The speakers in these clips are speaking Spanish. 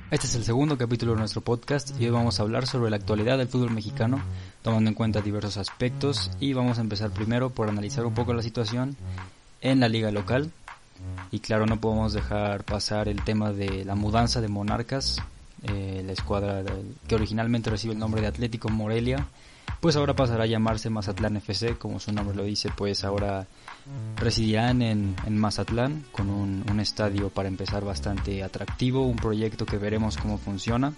Este es el segundo capítulo de nuestro podcast y hoy vamos a hablar sobre la actualidad del fútbol mexicano, tomando en cuenta diversos aspectos, y vamos a empezar primero por analizar un poco la situación en la liga local. Y claro, no podemos dejar pasar el tema de la mudanza de Monarcas, la escuadra que originalmente recibe el nombre de Atlético Morelia, pues ahora pasará a llamarse Mazatlán FC, como su nombre lo dice, pues ahora residirán en Mazatlán con un estadio para empezar bastante atractivo, un proyecto que veremos cómo funciona.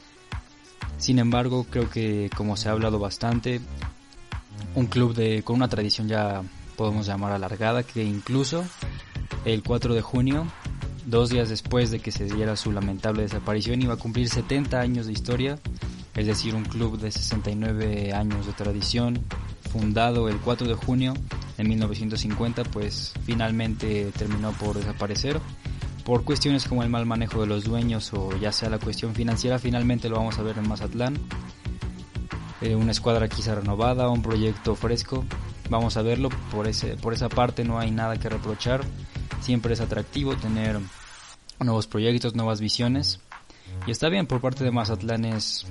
Sin embargo, creo que como se ha hablado bastante, un club con una tradición ya podemos llamar alargada, que incluso el 4 de junio, 2 días después de que se diera su lamentable desaparición, iba a cumplir 70 años de historia, es decir, un club de 69 años de tradición, fundado el 4 de junio de 1950, pues finalmente terminó por desaparecer por cuestiones como el mal manejo de los dueños o ya sea la cuestión financiera. Finalmente lo vamos a ver en Mazatlán, una escuadra quizá renovada, un proyecto fresco. Vamos a verlo, por esa parte no hay nada que reprochar. Siempre es atractivo tener nuevos proyectos, nuevas visiones, y está bien por parte de Mazatlán. Es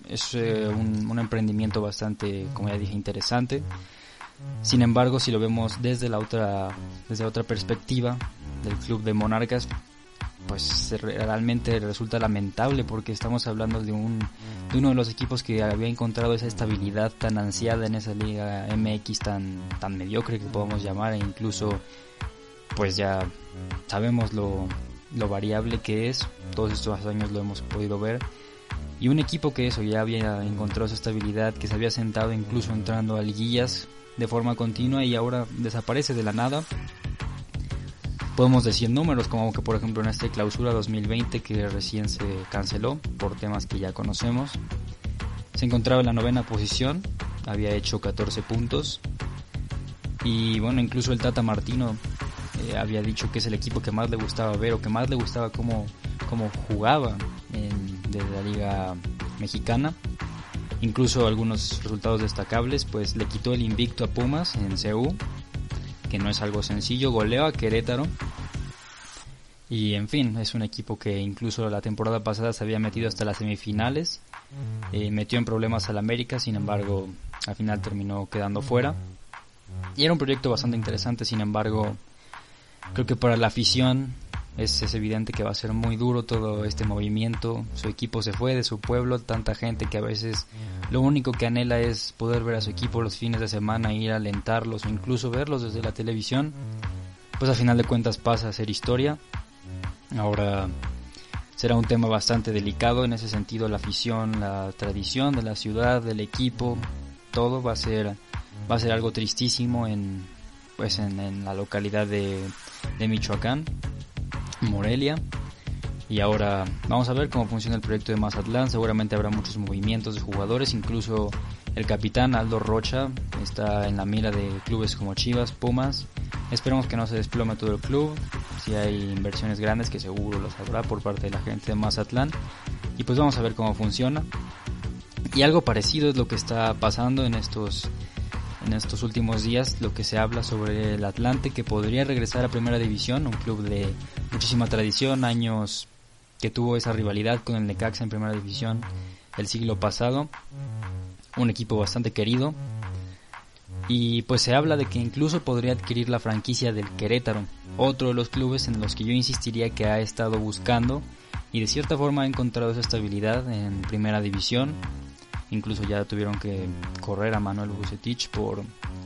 un emprendimiento bastante, como ya dije, interesante. Sin embargo, si lo vemos desde la otra perspectiva del club de Monarcas, pues realmente resulta lamentable, porque estamos hablando de uno de los equipos que había encontrado esa estabilidad tan ansiada en esa liga MX tan mediocre que podemos llamar, e incluso pues ya sabemos lo variable que es. Todos estos años lo hemos podido ver, y un equipo que ya había encontrado esa estabilidad, que se había sentado incluso entrando a liguillas de forma continua, y ahora desaparece de la nada. Podemos decir números como que, por ejemplo, en esta clausura 2020 que recién se canceló por temas que ya conocemos, se encontraba en la 9ª posición, había hecho 14 puntos, y bueno, incluso el Tata Martino había dicho que es el equipo que más le gustaba ver, o que más le gustaba cómo jugaba de la liga mexicana. Incluso algunos resultados destacables, pues le quitó el invicto a Pumas en CU, que no es algo sencillo, goleó a Querétaro, y en fin, es un equipo que incluso la temporada pasada se había metido hasta las semifinales, metió en problemas al América, sin embargo al final terminó quedando fuera, y era un proyecto bastante interesante. Sin embargo, creo que para la afición es evidente que va a ser muy duro todo este movimiento. Su equipo se fue de su pueblo, tanta gente que a veces lo único que anhela es poder ver a su equipo los fines de semana, ir a alentarlos o incluso verlos desde la televisión, pues al final de cuentas pasa a ser historia. Ahora será un tema bastante delicado en ese sentido, la afición, la tradición de la ciudad, del equipo, todo va a ser algo tristísimo en la localidad de Michoacán, Morelia. Y ahora vamos a ver cómo funciona el proyecto de Mazatlán. Seguramente habrá muchos movimientos de jugadores, incluso el capitán Aldo Rocha está en la mira de clubes como Chivas, Pumas. Esperemos que no se desplome todo el club. Si hay inversiones grandes, que seguro las habrá por parte de la gente de Mazatlán, y pues vamos a ver cómo funciona. Y algo parecido es lo que está pasando en estos últimos días, lo que se habla sobre el Atlante, que podría regresar a Primera División, un club de muchísima tradición, años que tuvo esa rivalidad con el Necaxa en Primera División el siglo pasado, un equipo bastante querido, y pues se habla de que incluso podría adquirir la franquicia del Querétaro, otro de los clubes en los que yo insistiría que ha estado buscando y de cierta forma ha encontrado esa estabilidad en Primera División. Incluso ya tuvieron que correr a Manuel Bucetich por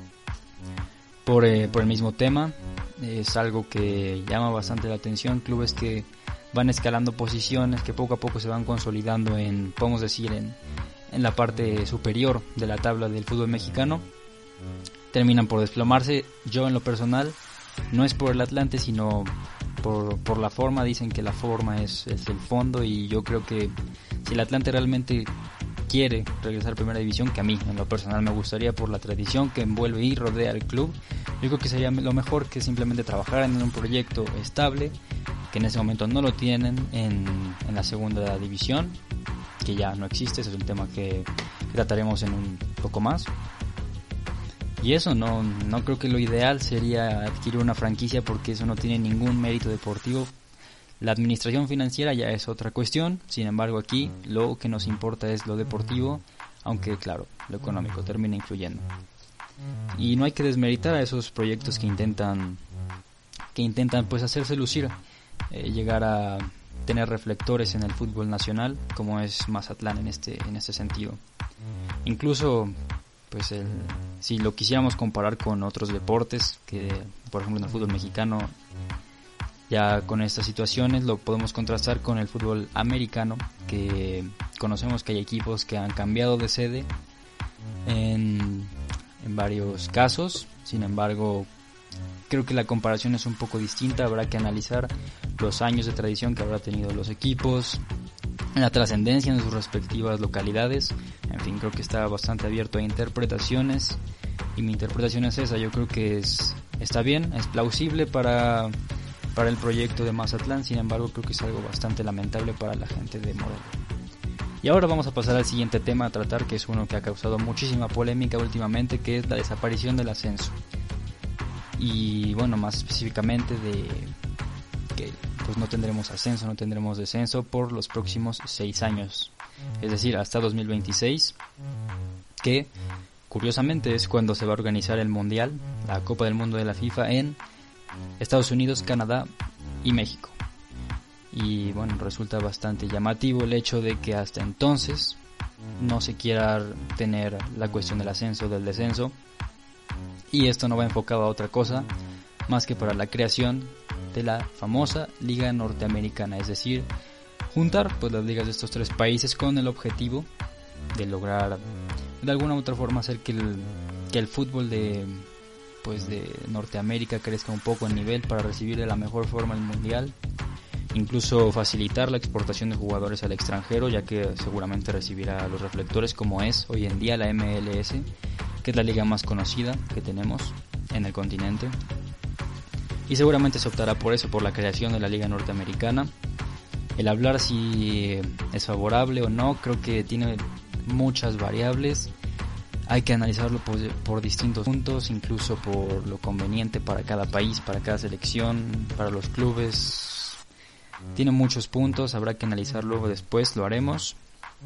el mismo tema. Es algo que llama bastante la atención, clubes que van escalando posiciones, que poco a poco se van consolidando podemos decir, en la parte superior de la tabla del fútbol mexicano, terminan por desplomarse. Yo en lo personal, no es por el Atlante, sino por la forma. Dicen que la forma es el fondo, y yo creo que si el Atlante realmente quiere regresar a Primera División, que a mí en lo personal me gustaría por la tradición que envuelve y rodea al club, yo creo que sería lo mejor que simplemente trabajaran en un proyecto estable, que en ese momento no lo tienen en la Segunda División, que ya no existe. Ese es un tema que trataremos en un poco más. Y eso, no creo que lo ideal sería adquirir una franquicia, porque eso no tiene ningún mérito deportivo. La administración financiera ya es otra cuestión, sin embargo aquí lo que nos importa es lo deportivo, aunque claro, lo económico termina influyendo. Y no hay que desmeritar a esos proyectos que intentan pues hacerse lucir, llegar a tener reflectores en el fútbol nacional, como es Mazatlán en este sentido. Incluso pues si lo quisiéramos comparar con otros deportes, que por ejemplo en el fútbol mexicano, ya con estas situaciones lo podemos contrastar con el fútbol americano, que conocemos que hay equipos que han cambiado de sede en varios casos. Sin embargo, creo que la comparación es un poco distinta. Habrá que analizar los años de tradición que habrá tenido los equipos, la trascendencia en sus respectivas localidades. En fin, creo que está bastante abierto a interpretaciones, y mi interpretación es esa. Yo creo que está bien, es plausible para el proyecto de Mazatlán. Sin embargo, creo que es algo bastante lamentable para la gente de Morelia. Y ahora vamos a pasar al siguiente tema a tratar, que es uno que ha causado muchísima polémica últimamente, que es la desaparición del ascenso. Y bueno, más específicamente de que pues no tendremos ascenso, no tendremos descenso por los próximos 6 años, es decir, hasta 2026, que curiosamente es cuando se va a organizar el Mundial, la Copa del Mundo de la FIFA, en Estados Unidos, Canadá y México. Y bueno, resulta bastante llamativo el hecho de que hasta entonces no se quiera tener la cuestión del ascenso, del descenso, y esto no va enfocado a otra cosa más que para la creación de la famosa Liga Norteamericana, es decir, juntar pues las ligas de estos 3 países con el objetivo de lograr de alguna u otra forma hacer que el fútbol de Norteamérica crezca un poco en nivel para recibir de la mejor forma el mundial, incluso facilitar la exportación de jugadores al extranjero, ya que seguramente recibirá los reflectores como es hoy en día la MLS, que es la liga más conocida que tenemos en el continente. Y seguramente se optará por eso, por la creación de la Liga Norteamericana. El hablar si es favorable o no, creo que tiene muchas variables. Hay que analizarlo por distintos puntos, incluso por lo conveniente para cada país, para cada selección, para los clubes. Tiene muchos puntos, habrá que analizarlo después, lo haremos.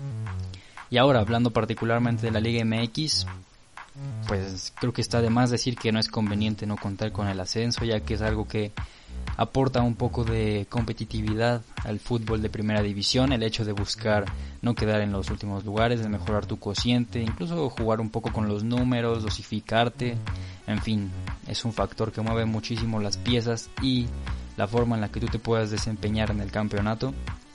Y ahora, hablando particularmente de la Liga MX, pues creo que está de más decir que no es conveniente no contar con el ascenso, ya que es algo que aporta un poco de competitividad al fútbol de primera división, el hecho de buscar no quedar en los últimos lugares, de mejorar tu cociente, incluso jugar un poco con los números, dosificarte, en fin, es un factor que mueve muchísimo las piezas y la forma en la que tú te puedas desempeñar en el campeonato.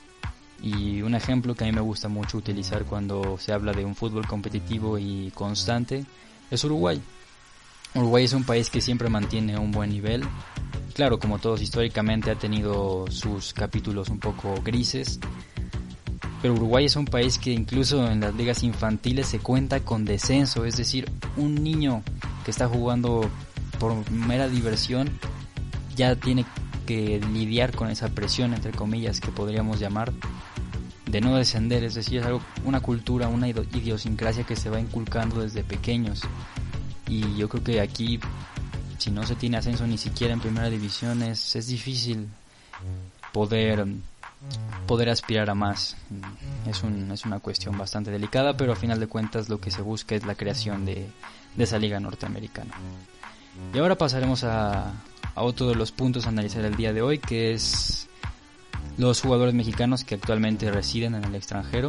Y un ejemplo que a mí me gusta mucho utilizar cuando se habla de un fútbol competitivo y constante es Uruguay. Uruguay es un país que siempre mantiene un buen nivel. Claro, como todos, históricamente ha tenido sus capítulos un poco grises, pero Uruguay es un país que incluso en las ligas infantiles se cuenta con descenso, es decir, un niño que está jugando por mera diversión ya tiene que lidiar con esa presión, entre comillas, que podríamos llamar, de no descender, es decir, es algo, una cultura, una idiosincrasia que se va inculcando desde pequeños. Y yo creo que aquí, si no se tiene ascenso ni siquiera en primera división, es difícil poder aspirar a más. Es una cuestión bastante delicada, pero a final de cuentas lo que se busca es la creación de esa liga norteamericana. Y ahora pasaremos a otro de los puntos a analizar el día de hoy, que es los jugadores mexicanos que actualmente residen en el extranjero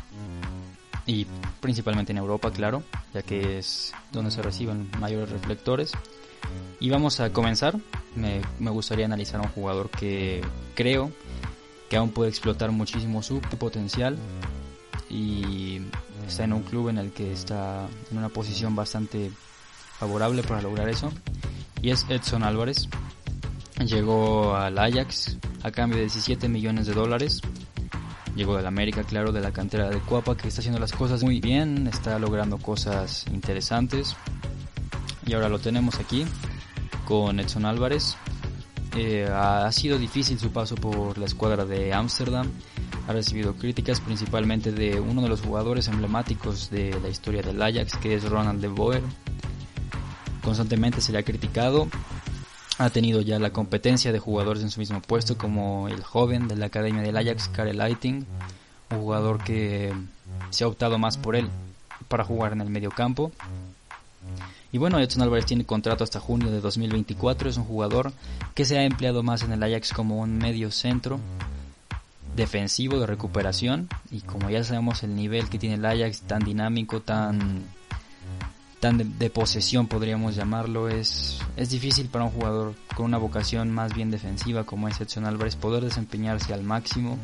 y principalmente en Europa, claro, ya que es donde se reciben mayores reflectores. Y vamos a comenzar. Me gustaría analizar a un jugador que creo que aún puede explotar muchísimo su potencial y está en un club en el que está en una posición bastante favorable para lograr eso, y es Edson Álvarez. Llegó al Ajax a cambio de 17 millones de dólares. Llegó del América, claro, de la cantera de Cuapa, que está haciendo las cosas muy bien, está logrando cosas interesantes. Y ahora lo tenemos aquí con Edson Álvarez. Ha sido difícil su paso por la escuadra de Ámsterdam. Ha recibido críticas principalmente de uno de los jugadores emblemáticos de la historia del Ajax, que es Ronald de Boer. Constantemente se le ha criticado. Ha tenido ya la competencia de jugadores en su mismo puesto, como el joven de la academia del Ajax, Karel Eiting, un jugador que se ha optado más por él para jugar en el medio campo. Y bueno, Edson Álvarez tiene contrato hasta junio de 2024, es un jugador que se ha empleado más en el Ajax como un medio centro defensivo de recuperación, y como ya sabemos el nivel que tiene el Ajax, tan dinámico, tan de posesión podríamos llamarlo, es difícil para un jugador con una vocación más bien defensiva como es Edson Álvarez poder desempeñarse al máximo.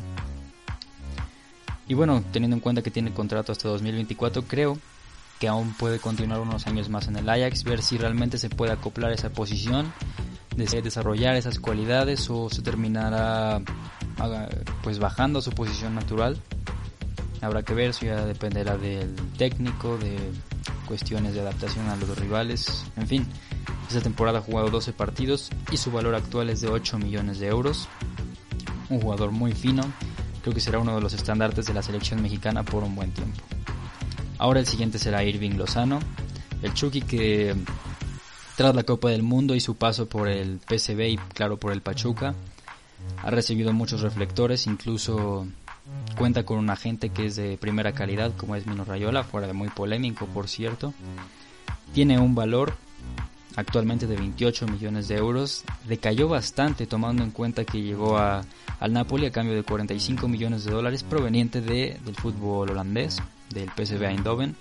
Y bueno, teniendo en cuenta que tiene contrato hasta 2024, creo que aún puede continuar unos años más en el Ajax, ver si realmente se puede acoplar a esa posición, desarrollar esas cualidades, o se terminará pues bajando a su posición natural. Habrá que ver, eso ya dependerá del técnico, de cuestiones de adaptación a los rivales. En fin, esta temporada ha jugado 12 partidos y su valor actual es de 8 millones de euros. Un jugador muy fino, creo que será uno de los estandartes de la selección mexicana por un buen tiempo. Ahora el siguiente será Irving Lozano, el Chucky, que tras la Copa del Mundo y su paso por el PSV y claro por el Pachuca, ha recibido muchos reflectores, incluso cuenta con un agente que es de primera calidad como es Mino Raiola, fuera de muy polémico por cierto. Tiene un valor actualmente de 28 millones de euros, decayó bastante tomando en cuenta que llegó al Napoli a cambio de 45 millones de dólares proveniente del fútbol holandés, del PSV Eindhoven.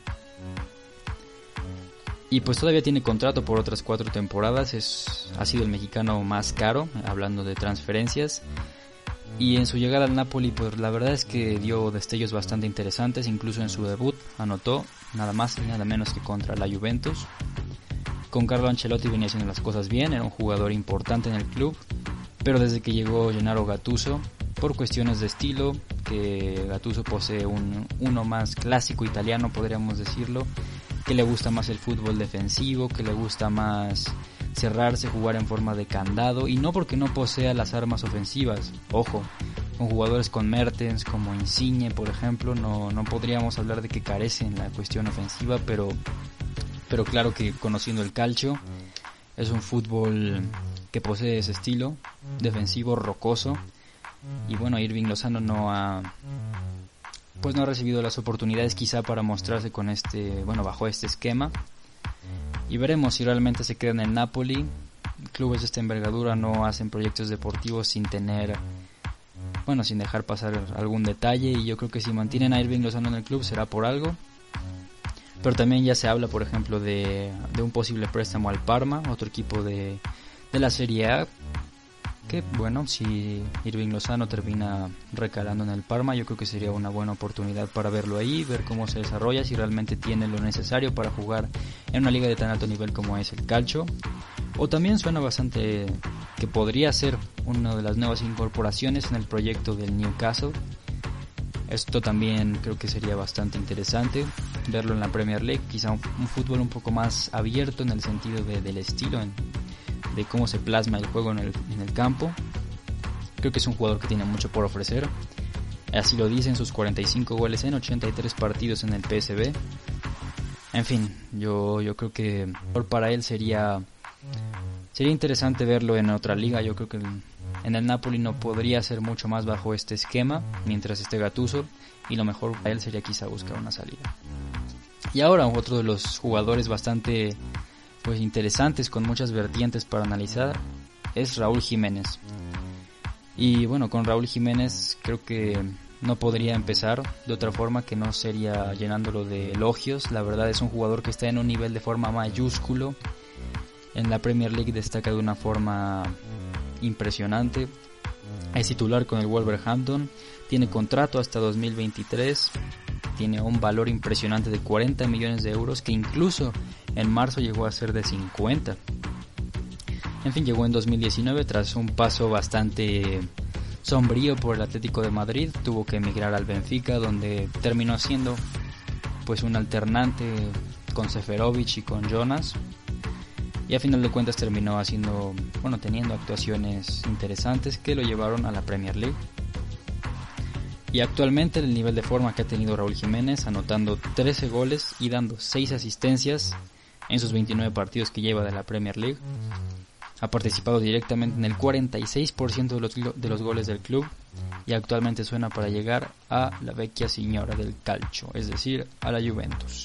Y pues todavía tiene contrato por otras 4 temporadas, ha sido el mexicano más caro, hablando de transferencias. Y en su llegada al Napoli, pues la verdad es que dio destellos bastante interesantes, incluso en su debut anotó nada más y nada menos que contra la Juventus. Con Carlo Ancelotti venía haciendo las cosas bien, era un jugador importante en el club, pero desde que llegó Gennaro Gattuso, por cuestiones de estilo, que Gattuso posee uno más clásico italiano, podríamos decirlo, que le gusta más el fútbol defensivo, que le gusta más cerrarse, jugar en forma de candado, y no porque no posea las armas ofensivas. Ojo, con jugadores con Mertens, como Insigne por ejemplo, no podríamos hablar de que carecen la cuestión ofensiva, pero claro que conociendo el calcio, es un fútbol que posee ese estilo defensivo rocoso. Y bueno, Irving Lozano no ha recibido las oportunidades quizá para mostrarse con bajo este esquema, y veremos si realmente se queda en el Napoli. Clubes de esta envergadura no hacen proyectos deportivos sin dejar pasar algún detalle, y yo creo que si mantienen a Irving Lozano en el club será por algo. Pero también ya se habla, por ejemplo, de un posible préstamo al Parma, otro equipo de la Serie A, que bueno, si Irving Lozano termina recalando en el Parma, yo creo que sería una buena oportunidad para verlo ahí, ver cómo se desarrolla, si realmente tiene lo necesario para jugar en una liga de tan alto nivel como es el calcio. O también suena bastante que podría ser una de las nuevas incorporaciones en el proyecto del Newcastle. Esto también creo que sería bastante interesante verlo en la Premier League, quizá un fútbol un poco más abierto en el sentido del estilo, de cómo se plasma el juego en el campo. Creo que es un jugador que tiene mucho por ofrecer, así lo dicen sus 45 goles en 83 partidos en el PSV. En fin, yo creo que para él sería interesante verlo en otra liga. Yo creo que en el Napoli no podría hacer mucho más bajo este esquema mientras esté Gattuso, y lo mejor para él sería quizá buscar una salida. Y ahora otro de los jugadores bastante interesantes, con muchas vertientes para analizar, es Raúl Jiménez. Y bueno, con Raúl Jiménez creo que no podría empezar de otra forma que no sería llenándolo de elogios. La verdad es un jugador que está en un nivel de forma mayúsculo. En la Premier League destaca de una forma impresionante. Es titular con el Wolverhampton, tiene contrato hasta 2023, tiene un valor impresionante de 40 millones de euros, que incluso en marzo llegó a ser de 50. En fin, llegó en 2019 tras un paso bastante sombrío por el Atlético de Madrid, tuvo que emigrar al Benfica, donde terminó siendo un alternante con Seferovic y con Jonas. Y a final de cuentas terminó teniendo actuaciones interesantes que lo llevaron a la Premier League. Y actualmente el nivel de forma que ha tenido Raúl Jiménez, anotando 13 goles y dando 6 asistencias en sus 29 partidos que lleva de la Premier League, Ha participado directamente en el 46% de los goles del club y actualmente suena para llegar a la vecchia signora del calcio, es decir, a la Juventus.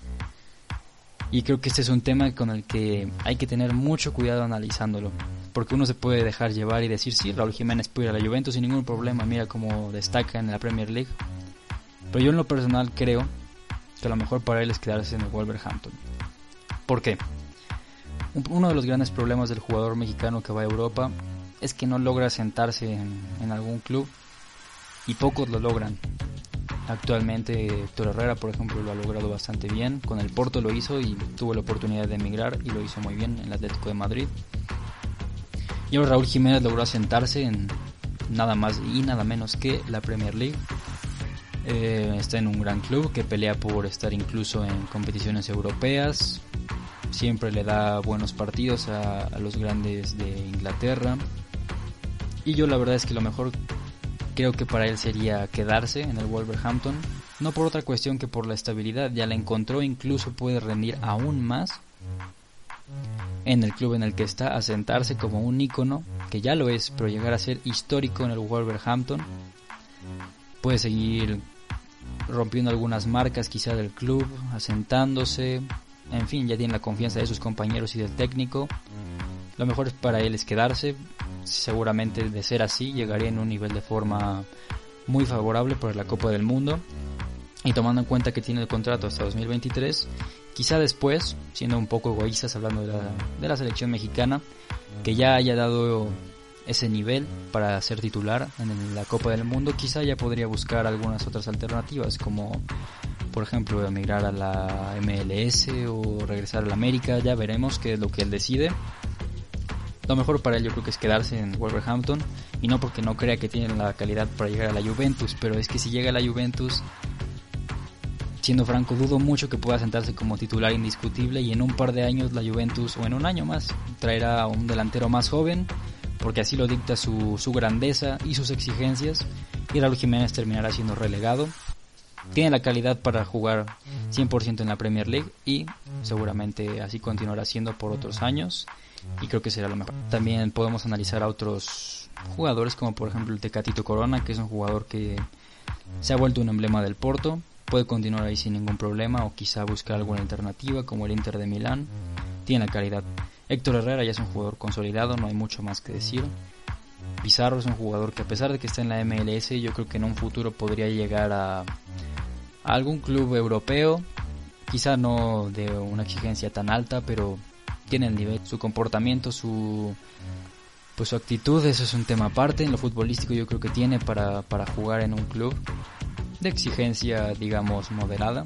Y creo que este es un tema con el que hay que tener mucho cuidado analizándolo, porque uno se puede dejar llevar y decir, sí, Raúl Jiménez puede ir a la Juventus sin ningún problema, mira cómo destaca en la Premier League. Pero yo en lo personal creo que lo mejor para él es quedarse en el Wolverhampton. ¿Por qué? Uno de los grandes problemas del jugador mexicano que va a Europa es que no logra sentarse en algún club, y pocos lo logran. Actualmente Héctor Herrera, por ejemplo, lo ha logrado bastante bien. Con el Porto lo hizo y tuvo la oportunidad de emigrar y lo hizo muy bien en el Atlético de Madrid. Y ahora Raúl Jiménez logró asentarse en nada más y nada menos que la Premier League. Está en un gran club que pelea por estar incluso en competiciones europeas. Siempre le da buenos partidos a los grandes de Inglaterra. Y yo la verdad es que lo mejor creo que para él sería quedarse en el Wolverhampton. No por otra cuestión que por la estabilidad. Ya la encontró, incluso puede rendir aún más en el club en el que está, asentarse como un ícono, que ya lo es, pero llegar a ser histórico en el Wolverhampton. Puede seguir rompiendo algunas marcas quizá del club, asentándose, en fin, ya tiene la confianza de sus compañeros y del técnico. Lo mejor para él es quedarse. Seguramente de ser así llegaría en un nivel de forma muy favorable para la Copa del Mundo, y tomando en cuenta que tiene el contrato hasta 2023, quizá después, siendo un poco egoístas hablando de la selección mexicana, que ya haya dado ese nivel para ser titular en la Copa del Mundo, quizá ya podría buscar algunas otras alternativas, como por ejemplo emigrar a la MLS o regresar a la América. Ya veremos qué es lo que él decide. Lo mejor para él yo creo que es quedarse en Wolverhampton, y no porque no crea que tiene la calidad para llegar a la Juventus, pero es que si llega a la Juventus, siendo franco, dudo mucho que pueda sentarse como titular indiscutible, y en un par de años la Juventus, o en un año más, traerá a un delantero más joven, porque así lo dicta su grandeza y sus exigencias, y Raúl Jiménez terminará siendo relegado. Tiene la calidad para jugar 100% en la Premier League y seguramente así continuará siendo por otros años, y creo que será lo mejor. También podemos analizar a otros jugadores, como por ejemplo el Tecatito Corona, que es un jugador que se ha vuelto un emblema del Porto. Puede continuar ahí sin ningún problema, o quizá buscar alguna alternativa como el Inter de Milán. Tiene la calidad. Héctor Herrera ya es un jugador consolidado, no hay mucho más que decir. Pizarro es un jugador que, a pesar de que está en la MLS, yo creo que en un futuro podría llegar a algún club europeo, quizá no de una exigencia tan alta, pero tiene el nivel. Su comportamiento, su actitud, eso es un tema aparte. En lo futbolístico yo creo que tiene para jugar en un club de exigencia, digamos, moderada.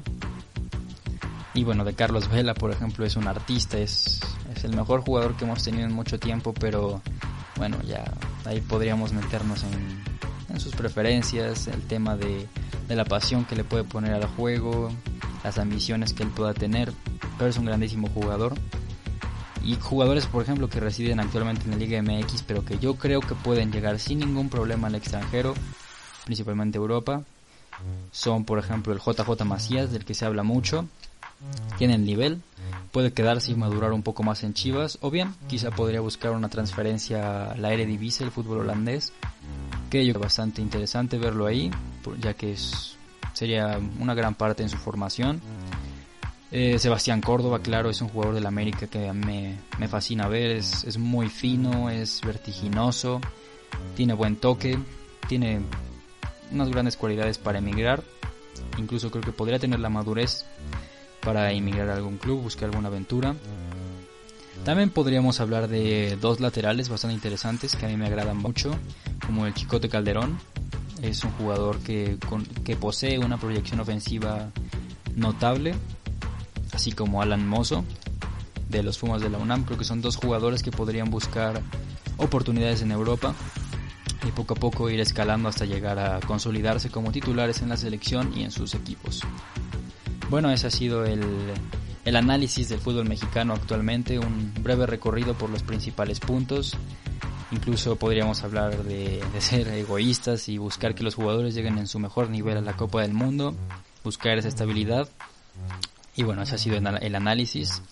Y bueno, de Carlos Vela, por ejemplo, es un artista, es el mejor jugador que hemos tenido en mucho tiempo, pero bueno, ya ahí podríamos meternos en sus preferencias, el tema de la pasión que le puede poner al juego, las ambiciones que él pueda tener, pero es un grandísimo jugador. Y jugadores, por ejemplo, que residen actualmente en la Liga MX, pero que yo creo que pueden llegar sin ningún problema al extranjero, principalmente Europa, son por ejemplo el JJ Macías, del que se habla mucho. Tiene el nivel, puede quedarse y madurar un poco más en Chivas, o bien quizá podría buscar una transferencia a la Eredivisie, el fútbol holandés, que yo creo bastante interesante verlo ahí, ya que sería una gran parte en su formación. Sebastián Córdoba, claro, es un jugador del América que me fascina ver, es muy fino, es vertiginoso, tiene buen toque, tiene unas grandes cualidades para emigrar. Incluso creo que podría tener la madurez para emigrar a algún club, buscar alguna aventura. También podríamos hablar de dos laterales bastante interesantes que a mí me agradan mucho, como el Chicote Calderón. Es un jugador que posee una proyección ofensiva notable, así como Alan Mozo de los Pumas de la UNAM. Creo que son dos jugadores que podrían buscar oportunidades en Europa y poco a poco ir escalando hasta llegar a consolidarse como titulares en la selección y en sus equipos. Bueno, ese ha sido el análisis del fútbol mexicano actualmente, un breve recorrido por los principales puntos. Incluso podríamos hablar de ser egoístas y buscar que los jugadores lleguen en su mejor nivel a la Copa del Mundo, buscar esa estabilidad. Y bueno, ese ha sido el análisis.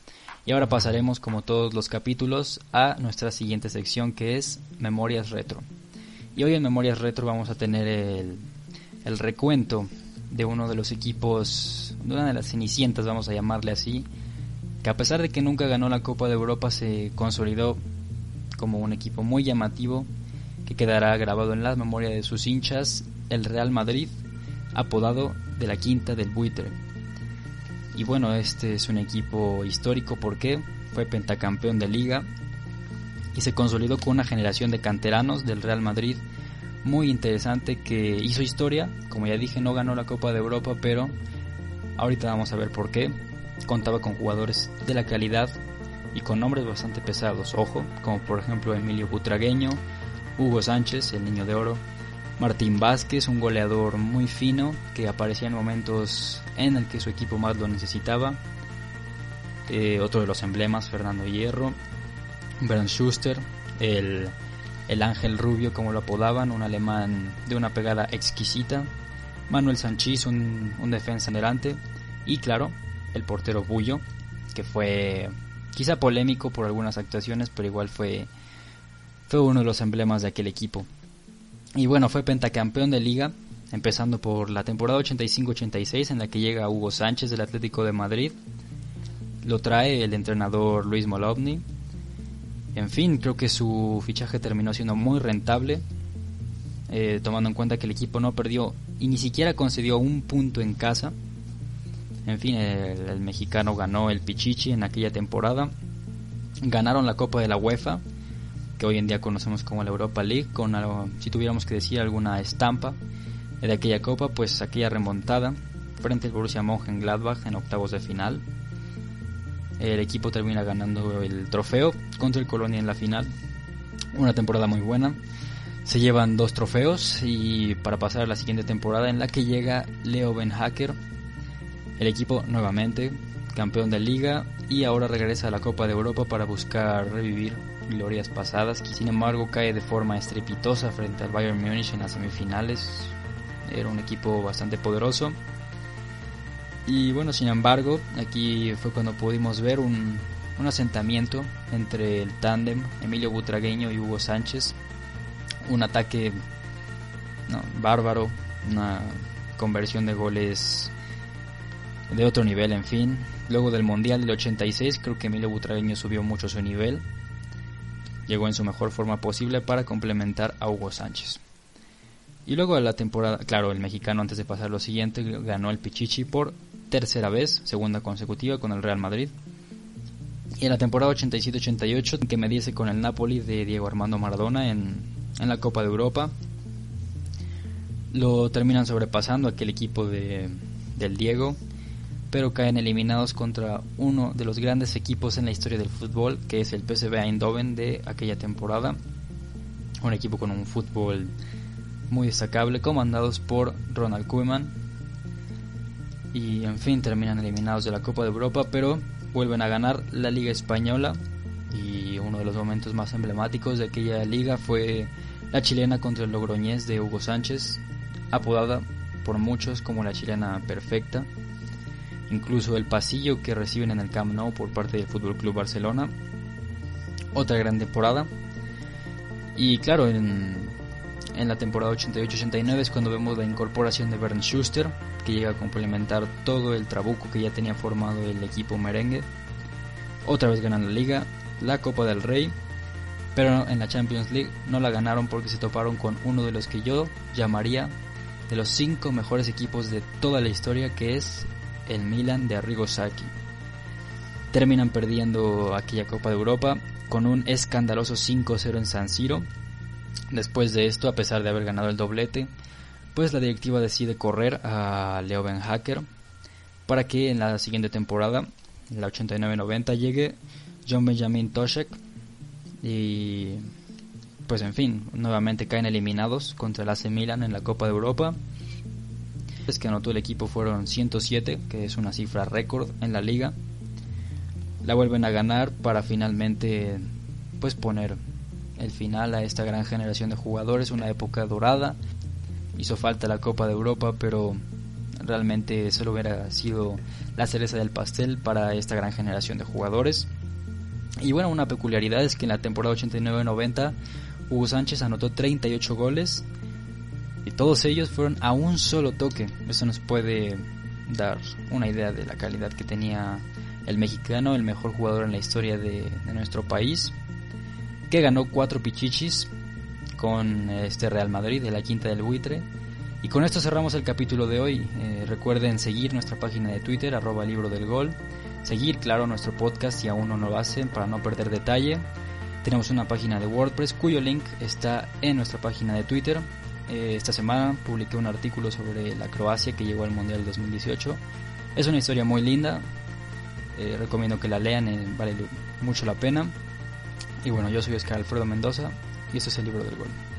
Y ahora pasaremos, como todos los capítulos, a nuestra siguiente sección, que es Memorias Retro. Y hoy en Memorias Retro vamos a tener el recuento de uno de los equipos, de una de las cenicientas, vamos a llamarle así, que a pesar de que nunca ganó la Copa de Europa, se consolidó como un equipo muy llamativo, que quedará grabado en la memoria de sus hinchas, el Real Madrid, apodado de la Quinta del Buitre. Y bueno, este es un equipo histórico porque fue pentacampeón de Liga y se consolidó con una generación de canteranos del Real Madrid muy interesante, que hizo historia. Como ya dije, no ganó la Copa de Europa, pero ahorita vamos a ver por qué. Contaba con jugadores de la calidad y con nombres bastante pesados, ojo, como por ejemplo Emilio Butragueño, Hugo Sánchez, el Niño de Oro, Martín Vázquez, un goleador muy fino que aparecía en momentos en el que su equipo más lo necesitaba. Otro de los emblemas, Fernando Hierro, Bernd Schuster, el Ángel Rubio, como lo apodaban, un alemán de una pegada exquisita, Manuel Sanchís, un defensa delante, y claro, el portero Bullo, que fue quizá polémico por algunas actuaciones, pero igual fue uno de los emblemas de aquel equipo. Y bueno, fue pentacampeón de Liga, empezando por la temporada 85-86, en la que llega Hugo Sánchez del Atlético de Madrid. Lo trae el entrenador Luis Molovny. En fin, creo que su fichaje terminó siendo muy rentable, tomando en cuenta que el equipo no perdió y ni siquiera concedió un punto en casa. En fin, el mexicano ganó el Pichichi en aquella temporada. Ganaron la Copa de la UEFA, que hoy en día conocemos como la Europa League, con algo, si tuviéramos que decir alguna estampa de aquella copa, pues aquella remontada frente al Borussia Mönchengladbach en octavos de final. El equipo termina ganando el trofeo contra el Colonia en la final. Una temporada muy buena. Se llevan 2 trofeos y para pasar a la siguiente temporada, en la que llega Leo Beenhakker, el equipo nuevamente campeón de Liga y ahora regresa a la Copa de Europa para buscar revivir glorias pasadas, que sin embargo cae de forma estrepitosa frente al Bayern Múnich en las semifinales. Era un equipo bastante poderoso. Y bueno, sin embargo, aquí fue cuando pudimos ver un asentamiento entre el tándem Emilio Butragueño y Hugo Sánchez. Un ataque bárbaro, una conversión de goles de otro nivel, en fin. Luego del Mundial del 86, creo que Emilio Butragueño subió mucho su nivel. Llegó en su mejor forma posible para complementar a Hugo Sánchez. Y luego de la temporada, claro, el mexicano, antes de pasar lo siguiente, ganó el Pichichi por tercera vez, segunda consecutiva con el Real Madrid. Y en la temporada 87-88, que mediese con el Napoli de Diego Armando Maradona en la Copa de Europa, lo terminan sobrepasando aquel equipo del Diego, pero caen eliminados contra uno de los grandes equipos en la historia del fútbol, que es el PSV Eindhoven de aquella temporada. Un equipo con un fútbol muy destacable, comandados por Ronald Koeman. Y en fin, terminan eliminados de la Copa de Europa, pero vuelven a ganar la Liga Española. Y uno de los momentos más emblemáticos de aquella liga fue la chilena contra el Logroñés de Hugo Sánchez, apodada por muchos como la chilena perfecta. Incluso el pasillo que reciben en el Camp Nou por parte del FC Barcelona. Otra gran temporada. Y claro, en la temporada 88-89 es cuando vemos la incorporación de Bernd Schuster, que llega a complementar todo el trabuco que ya tenía formado el equipo merengue. Otra vez ganan la Liga, la Copa del Rey, pero en la Champions League no la ganaron porque se toparon con uno de los que yo llamaría de los 5 mejores equipos de toda la historia, que es el Milan de Arrigo Sacchi. Terminan perdiendo aquella Copa de Europa con un escandaloso 5-0 en San Siro. Después de esto, a pesar de haber ganado el doblete, pues la directiva decide correr a Leo Beenhakker para que en la siguiente temporada, en la 89-90, llegue John Benjamin Tošek. Y pues en fin, nuevamente caen eliminados contra el AC Milan en la Copa de Europa. Es que anotó el equipo fueron 107, que es una cifra récord en la liga. La vuelven a ganar para finalmente pues poner el final a esta gran generación de jugadores, una época dorada. Hizo falta la Copa de Europa, pero realmente solo hubiera sido la cereza del pastel para esta gran generación de jugadores. Y bueno, una peculiaridad es que en la temporada 89-90 Hugo Sánchez anotó 38 goles y todos ellos fueron a un solo toque. Eso nos puede dar una idea de la calidad que tenía el mexicano, el mejor jugador en la historia de nuestro país, que ganó 4 pichichis con este Real Madrid de la Quinta del Buitre. Y con esto cerramos el capítulo de hoy. Recuerden seguir nuestra página de Twitter, @librodelgol. Seguir, claro, nuestro podcast si aún no lo hacen, para no perder detalle. Tenemos una página de WordPress cuyo link está en nuestra página de Twitter. Esta semana publiqué un artículo sobre la Croacia que llegó al Mundial 2018. Es una historia muy linda. Recomiendo que la lean, vale mucho la pena. Y bueno, yo soy Oscar Alfredo Mendoza y esto es el Libro del Gol.